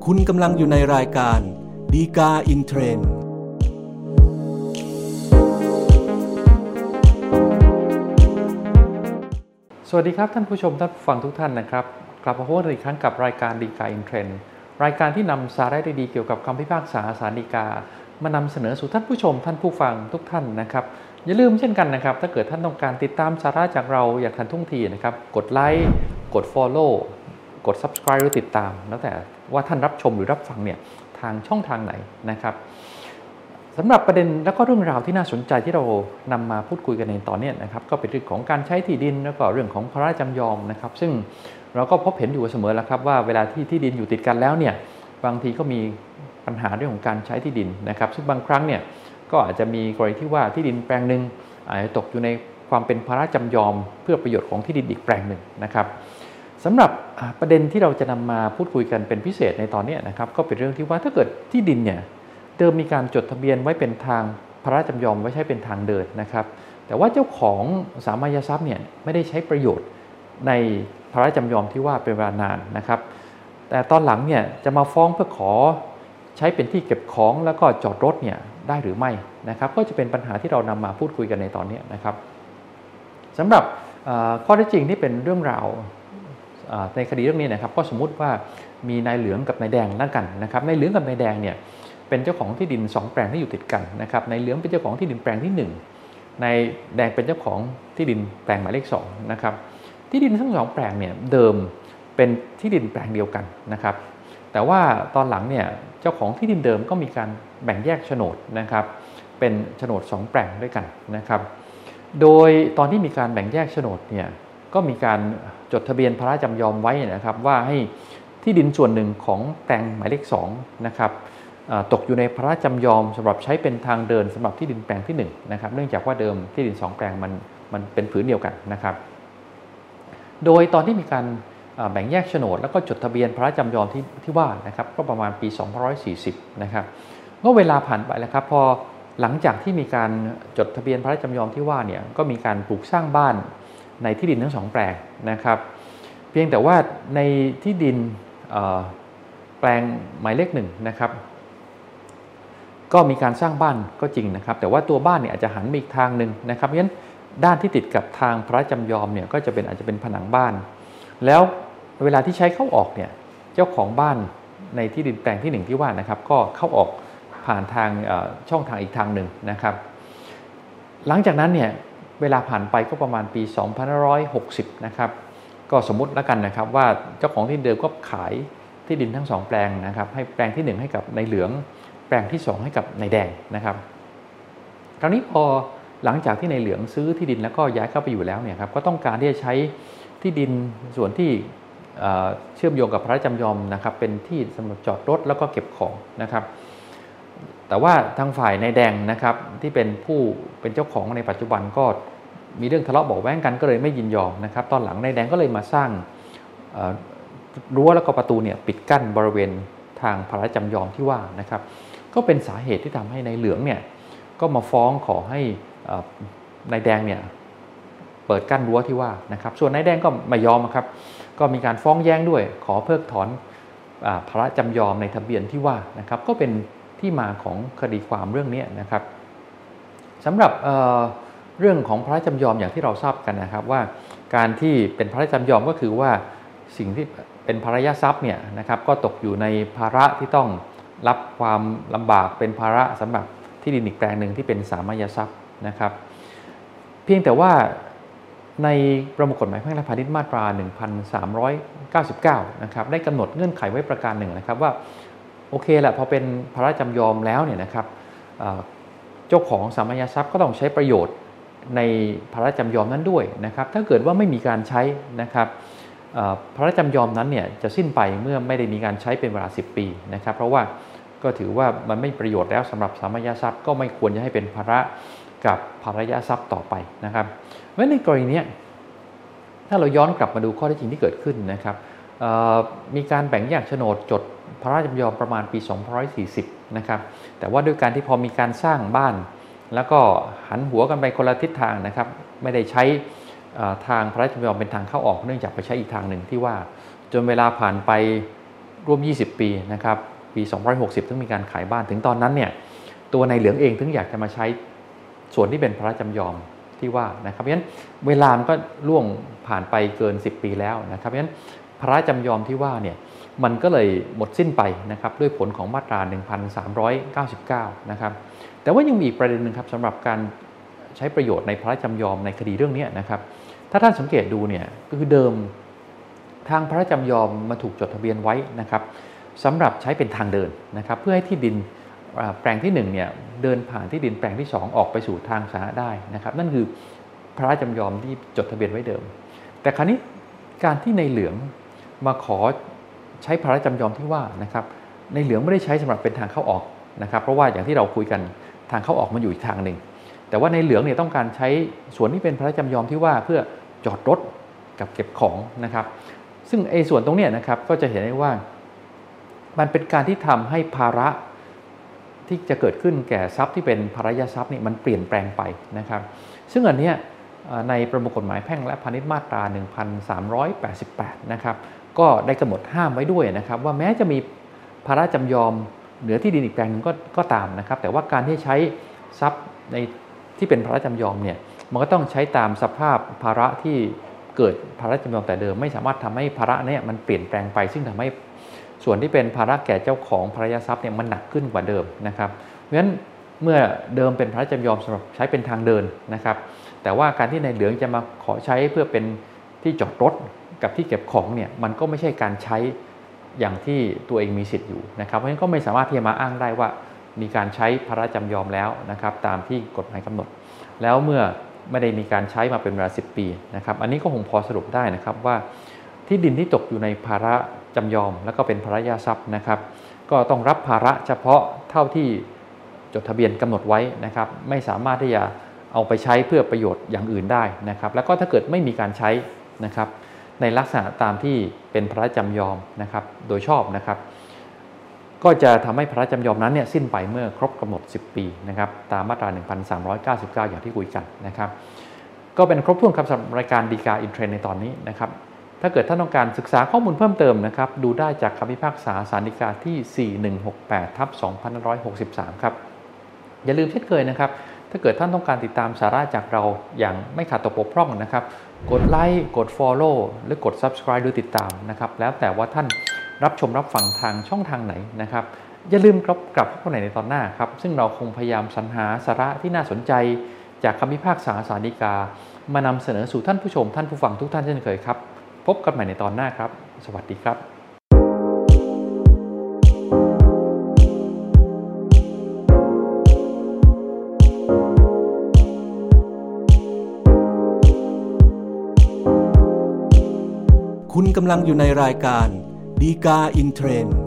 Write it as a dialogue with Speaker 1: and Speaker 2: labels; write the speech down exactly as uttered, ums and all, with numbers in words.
Speaker 1: คุณกำลังอยู่ในรายการดีกาอินเทรนด์
Speaker 2: สวัสดีครับท่านผู้ชมท่านผู้ฟังทุกท่านนะครับกลับมาพบกันอีกครั้งกับรายการดีกาอินเทรนด์รายการที่นำสาระดีๆเกี่ยวกับคำพิพากษาศาลฎีกามานำเสนอสู่ท่านผู้ชมท่านผู้ฟังทุกท่านนะครับอย่าลืมเช่นกันนะครับถ้าเกิดท่านต้องการติดตามสาระจากเราอย่างทันท่วงทีนะครับกดไลค์กด Follow กด Subscribe หรือติดตามแล้วแต่ว่าท่านรับชมหรือรับฟังเนี่ยทางช่องทางไหนนะครับสำหรับประเด็นและก็เรื่องราวที่น่าสนใจที่เรานำมาพูดคุยกันในตอนนี้นะครับก็เป็นเรื่องของการใช้ที่ดินแล้วก็เรื่องของภาระจำยอมนะครับซึ่งเราก็พบเห็นอยู่เสมอแล้วครับว่าเวลาที่ที่ดินอยู่ติดกันแล้วเนี่ยบางทีก็มีปัญหาเรื่องของการใช้ที่ดินนะครับซึ่งบางครั้งเนี่ยก็อาจจะมีกรณีที่ว่าที่ดินแปลงหนึ่งอาจจะตกอยู่ในความเป็นภาระจำยอมเพื่อประโยชน์ของที่ดินอีกแปลงหนึ่งนะครับสำหรับประเด็นที่เราจะนำมาพูดคุยกันเป็นพิเศษในตอนนี้นะครับก็เป็นเรื่องที่ว่าถ้าเกิดที่ดินเนี่ยเดิมมีการจดทะเบียนไว้เป็นทางภาระจำยอมไว้ใช้เป็นทางเดินนะครับแต่ว่าเจ้าของสามัญทรัพย์เนี่ยไม่ได้ใช้ประโยชน์ในภาระจำยอมที่ว่าเป็นเวลานานนะครับแต่ตอนหลังเนี่ยจะมาฟ้องเพื่อขอใช้เป็นที่เก็บของแล้วก็จอดรถเนี่ยได้หรือไม่นะครับก็จะเป็นปัญหาที่เรานำมาพูดคุยกันในตอนนี้นะครับสำหรับข้อเท็จจริงที่เป็นเรื่องราวในคดีเรื่องนี้นะครับก็สมมุติว่ามีนายเหลืองกับนายแดงนั่งกันนะครับนายเหลืองกับนายแดงเนี่ยเป็นเจ้าของที่ดินสองแปลงที่อยู่ติดกันนะครับนายเหลืองเป็นเจ้าของที่ดินแปลงที่หนึ่งนายแดงเป็นเจ้าของที่ดินแปลงหมายเลขสองนะครับที่ดินทั้งสองแปลงเนี่ยเดิมเป็นที่ดินแปลงเดียวกันนะครับแต่ว่าตอนหลังเนี่ยเจ้าของที่ดินเดิมก็มีการแบ่งแยกโฉนดนะครับเป็นโฉนดสองแปลงด้วยกันนะครับโดยตอนที่มีการแบ่งแยกโฉนดเนี่ยก็มีการจดทะเบียนภาระจำยอมไว้นะครับว่าให้ที่ดินส่วนหนึ่งของแปลงหมายเลขสองนะครับตกอยู่ในภาระจำยอมสำหรับใช้เป็นทางเดินสำหรับที่ดินแปลงที่หนึ่งนะครับเนื่องจากว่าเดิมที่ดินสองแปลงมันมันเป็นผืนเดียวกันนะครับโดยตอนที่มีการแบ่งแยกโฉนดแล้วก็จดทะเบียนภาระจำยอมที่ที่ว่านะครับก็ประมาณปีสองพันห้าร้อยสี่สิบนะครับก็เวลาผ่านไปแล้วครับพอหลังจากที่มีการจดทะเบียนภาระจำยอมที่ว่าเนี่ยก็มีการปลูกสร้างบ้านในที่ดินทั้งสองแปลงนะครับเพียงแต่ว่าในที่ดินแปลงหมายเลขหนึ่งนะครับก็มีการสร้างบ้านก็จริงนะครับแต่ว่าตัวบ้านเนี่ยอาจจะหันไปอีกทางหนึ่งนะครับเพราะฉะนั้นด้านที่ติดกับทางพระจำยอมเนี่ยก็จะเป็นอาจจะเป็นผนังบ้านแล้วเวลาที่ใช้เข้าออกเนี่ยเจ้าของบ้านในที่ดินแปลงที่หนึ่งที่ว่านะครับก็เข้าออกผ่านทางช่องทางอีกทางหนึ่งนะครับหลังจากนั้นเนี่ยเวลาผ่านไปก็ประมาณปีสองพันห้าร้อยหกสิบนะครับก็สมมุติแล้วกันนะครับว่าเจ้าของที่เดิมก็ขายที่ดินทั้งสองแปลงนะครับให้แปลงที่หนึ่งให้กับนายเหลืองแปลงที่สองให้กับนายแดงนะครับคราวนี้พอหลังจากที่นายเหลืองซื้อที่ดินแล้วก็ย้ายเข้าไปอยู่แล้วเนี่ยครับก็ต้องการที่จะใช้ที่ดินส่วนที่เชื่อมโยงกับพระจำยอมนะครับเป็นที่สำหรับจอดรถแล้วก็เก็บของนะครับแต่ว่าทางฝ่ายนายแดงนะครับที่เป็นผู้เป็นเจ้าของในปัจจุบันก็มีเรื่องทะเลาะเบาะแว้งกันก็เลยไม่ยินยอมนะครับตอนหลังนายแดงก็เลยมาสร้างรั้วแล้วก็ประตูเนี่ยปิดกั้นบริเวณทางพระจำยอมที่ว่านะครับก็เป็นสาเหตุที่ทำให้นายเหลืองเนี่ยก็มาฟ้องขอให้นายแดงเนี่ยเปิดกั้นรั้วที่ว่านะครับส่วนนายแดงก็ไม่ยอมครับก็มีการฟ้องแย้งด้วยขอเพิกถอนพระจำยอมในทะเบียนที่ว่านะครับก็เป็นที่มาของคดีความเรื่องนี้นะครับสำหรับ เ, เรื่องของพระจำยอมอย่างที่เราทราบกันนะครับว่าการที่เป็นพระจำยอมก็คือว่าสิ่งที่เป็นภาระทรัพย์เนี่ยนะครับก็ตกอยู่ในภาระที่ต้องรับความลำบากเป็นภาระสำหรับที่ดินอีกแปลงหนึ่งที่เป็นสามัญทรัพย์นะครับเพียงแต่ว่าในประมวลกฎหมายแพ่งและพาณิชย์มาตราหนึ่งพันสามร้อยเก้าสิบเก้านะครับได้กำหนดเงื่อนไขไว้ประการหนึ่งนะครับว่าโอเคแหละพอเป็นภาระจำยอมแล้วเนี่ยนะครับเจ้าของสามัญทรัพย์ก็ต้องใช้ประโยชน์ในภาระจำยอมนั้นด้วยนะครับถ้าเกิดว่าไม่มีการใช้นะครับพระจำยอมนั้นเนี่ยจะสิ้นไปเมื่อไม่ได้มีการใช้เป็นเวลาสิบปีนะครับเพราะว่าก็ถือว่ามันไม่ประโยชน์แล้วสำหรับสามัญทรัพย์ก็ไม่ควรจะให้เป็นภาระกับภรรยทรัพย์ต่อไปนะครับเพราะในกรณีนี้ถ้าเราย้อนกลับมาดูข้อเท็จจริงที่เกิดขึ้นนะครับมีการแบ่งแยกโฉนดจดพระจำยอมประมาณปีสองพันห้าร้อยสี่สิบนะครับแต่ว่าด้วยการที่พอมีการสร้างบ้านแล้วก็หันหัวกันไปคนละทิศทางนะครับไม่ได้ใช้ทางพระราชจำยอมเป็นทางเข้าออกเนื่องจากไปใช้อีกทางหนึ่งที่ว่าจนเวลาผ่านไปร่วมยี่สิบปีนะครับปีสองพันหกสิบถึงมีการขายบ้านถึงตอนนั้นเนี่ยตัวในเหลืองเองถึงอยากจะมาใช้ส่วนที่เป็นพระราชจำยอมที่ว่านะครับเพราะฉะนั้นเวลามันก็ล่วงผ่านไปเกินสิบปีแล้วนะครับเพราะฉะนั้นพระราชจำยอมที่ว่าเนี่ยมันก็เลยหมดสิ้นไปนะครับด้วยผลของมาตราหนึ่งพันสามร้อยเก้าสิบเก้านะครับแต่ว่ายังมีอีกประเด็นนึงครับสำหรับการใช้ประโยชน์ในพระราชจำยอมในคดีเรื่องนี้นะครับถ้าท่านสังเกตดูเนี่ยก็คือเดิมทางพระราชจำยอมมาถูกจดทะเบียนไว้นะครับสำหรับใช้เป็นทางเดินนะครับเพื่อให้ที่ดินแปลงที่หนึ่งเนี่ยเดินผ่านที่ดินแปลงที่สองออกไปสู่ทางสาธารณะได้นะครับนั่นคือพระราชจำยอมที่จดทะเบียนไว้เดิมแต่คราวนี้การที่ในเหลืองมาขอใช้พระราชจำยอมที่ว่านะครับในเหลืองไม่ได้ใช้สำหรับเป็นทางเข้าออกนะครับเพราะว่าอย่างที่เราคุยกันทางเข้าออกมันอยู่อีกทางหนึ่งแต่ว่าในเหลืองเนี่ยต้องการใช้ส่วนที่เป็นพระราชจำยอมที่ว่าเพื่อจอดรถกับเก็บของนะครับซึ่งไอ้ส่วนตรงเนี้ยนะครับก็จะเห็นได้ว่ามันเป็นการที่ทำให้ภาระที่จะเกิดขึ้นแก่ทรัพย์ที่เป็นภารยทรัพย์นี่มันเปลี่ยนแปลงไปนะครับซึ่งอันเนี้ยในประมวลกฎหมายแพ่งและพาณิชย์มาตราหนึ่งพันสามร้อยแปดสิบแปดนะครับก็ได้กำหนดห้ามไว้ด้วยนะครับว่าแม้จะมีภาระจำยอมเหนือที่ดินอีกแปลงหนึ่งก็ก็ตามนะครับแต่ว่าการที่ใช้ทรัพย์ในที่เป็นภาระจำยอมเนี่ยมันก็ต้องใช้ตามสภาพภาระที่เกิดภาระจำยอมแต่เดิมไม่สามารถทำให้ภาระเนี่ยมันเปลี่ยนแปลงไปซึ่งทำให้ส่วนที่เป็นภาระแก่เจ้าของภารยทรัพย์เนี่ยมันหนักขึ้นกว่าเดิมนะครับเพราะฉะนั้นเมื่อเดิมเป็นภาระจำยอมสำหรับใช้เป็นทางเดินนะครับแต่ว่าการที่ในเหลืองจะมาขอใช้เพื่อเป็นที่จอดรถกับที่เก็บของเนี่ยมันก็ไม่ใช่การใช้อย่างที่ตัวเองมีสิทธิ์อยู่นะครับเพราะฉะนั้นก็ไม่สามารถที่จะมาอ้างได้ว่ามีการใช้พระราชจำยอมแล้วนะครับตามที่กฎหมายกำหนดแล้วเมื่อไม่ได้มีการใช้มาเป็นเวลาสิบปีนะครับอันนี้ก็คงพอสรุปได้นะครับว่าที่ดินที่ตกอยู่ในภาระจำยอมแล้วก็เป็นภารยทรัพย์นะครับก็ต้องรับภาระเฉพาะเท่าที่จดทะเบียนกำหนดไว้นะครับไม่สามารถที่จะเอาไปใช้เพื่อประโยชน์อย่างอื่นได้นะครับแล้วก็ถ้าเกิดไม่มีการใช้นะครับในลักษณะตามที่เป็นพระราชจำยอมนะครับโดยชอบนะครับก็จะทำให้พระราชจำยอมนั้นเนี่ยสิ้นไปเมื่อครบกำหนดสิบปีนะครับตามมาตราหนึ่งพันสามร้อยเก้าสิบเก้าอย่างที่คุยกันนะครับก็เป็นครบถ้วนครับสำหรับรายการดีกาอินเทรนด์ในตอนนี้นะครับถ้าเกิดท่านต้องการศึกษาข้อมูลเพิ่มเติมนะครับดูได้จากคำพิพากษาศาลฎีกาที่สี่หนึ่งหกแปดทับสองพันห้าร้อยหกสิบสามครับอย่าลืมเช่นเคยนะครับถ้าเกิดท่านต้องการติดตามสาระจากเราอย่างไม่ขาดตกบกพร่องนะครับกดไลค์กด Follow หรือกด Subscribe หรือติดตามนะครับแล้วแต่ว่าท่านรับชมรับฟังทางช่องทางไหนนะครับอย่าลืมกลับกลับเข้าในในตอนหน้าครับซึ่งเราคงพยายามสรรหาสาระที่น่าสนใจจากคำพิพากษาศาลฎีกามานำเสนอสู่ท่านผู้ชมท่านผู้ฟังทุกท่านเช่นเคยครับพบกันใหม่ในตอนหน้าครับสวัสดีครับ
Speaker 1: คุณกำลังอยู่ในรายการดีกาอินเทรนด์